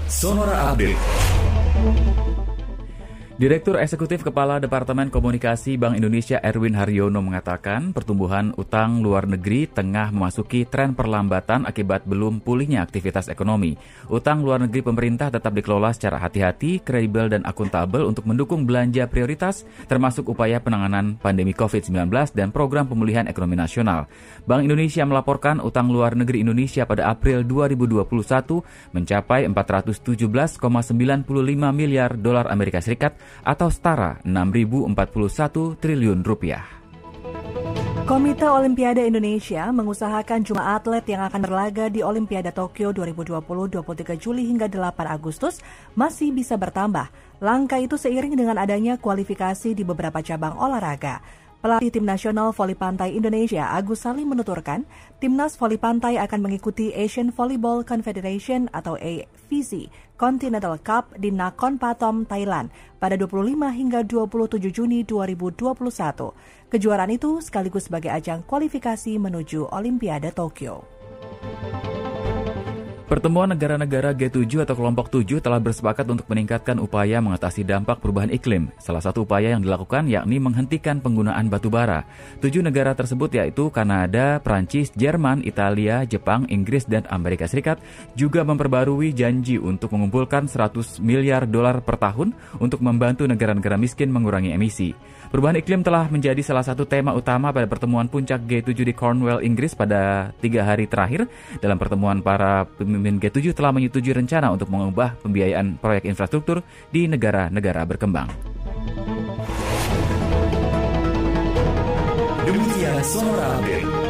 Sonora Update. Direktur Eksekutif Kepala Departemen Komunikasi Bank Indonesia Erwin Haryono mengatakan pertumbuhan utang luar negeri tengah memasuki tren perlambatan akibat belum pulihnya aktivitas ekonomi. Utang luar negeri pemerintah tetap dikelola secara hati-hati, kredibel dan akuntabel untuk mendukung belanja prioritas, termasuk upaya penanganan pandemi COVID-19 dan program pemulihan ekonomi nasional. Bank Indonesia melaporkan utang luar negeri Indonesia pada April 2021 mencapai 417,95 miliar dolar Amerika Serikat atau setara 6.041 triliun rupiah. Komite Olimpiade Indonesia mengusahakan jumlah atlet yang akan berlaga di Olimpiade Tokyo 2020 23 Juli hingga 8 Agustus masih bisa bertambah. Langkah itu seiring dengan adanya kualifikasi di beberapa cabang olahraga. Pelatih Tim Nasional Voli Pantai Indonesia, Agus Salim menuturkan, Timnas Voli Pantai akan mengikuti Asian Volleyball Confederation atau AVC Continental Cup di Nakhon Pathom, Thailand pada 25 hingga 27 Juni 2021. Kejuaraan itu sekaligus sebagai ajang kualifikasi menuju Olimpiade Tokyo. Pertemuan negara-negara G7 atau kelompok 7 telah bersepakat untuk meningkatkan upaya mengatasi dampak perubahan iklim. Salah satu upaya yang dilakukan yakni menghentikan penggunaan batu bara. 7 negara tersebut yaitu Kanada, Prancis, Jerman, Italia, Jepang, Inggris, dan Amerika Serikat juga memperbarui janji untuk mengumpulkan 100 miliar dolar per tahun untuk membantu negara-negara miskin mengurangi emisi. Perubahan iklim telah menjadi salah satu tema utama pada pertemuan puncak G7 di Cornwall, Inggris pada 3 hari terakhir. Dalam pertemuan, para pemimpin G7 telah menyetujui rencana untuk mengubah pembiayaan proyek infrastruktur di negara-negara berkembang. Demikian Sonora Update.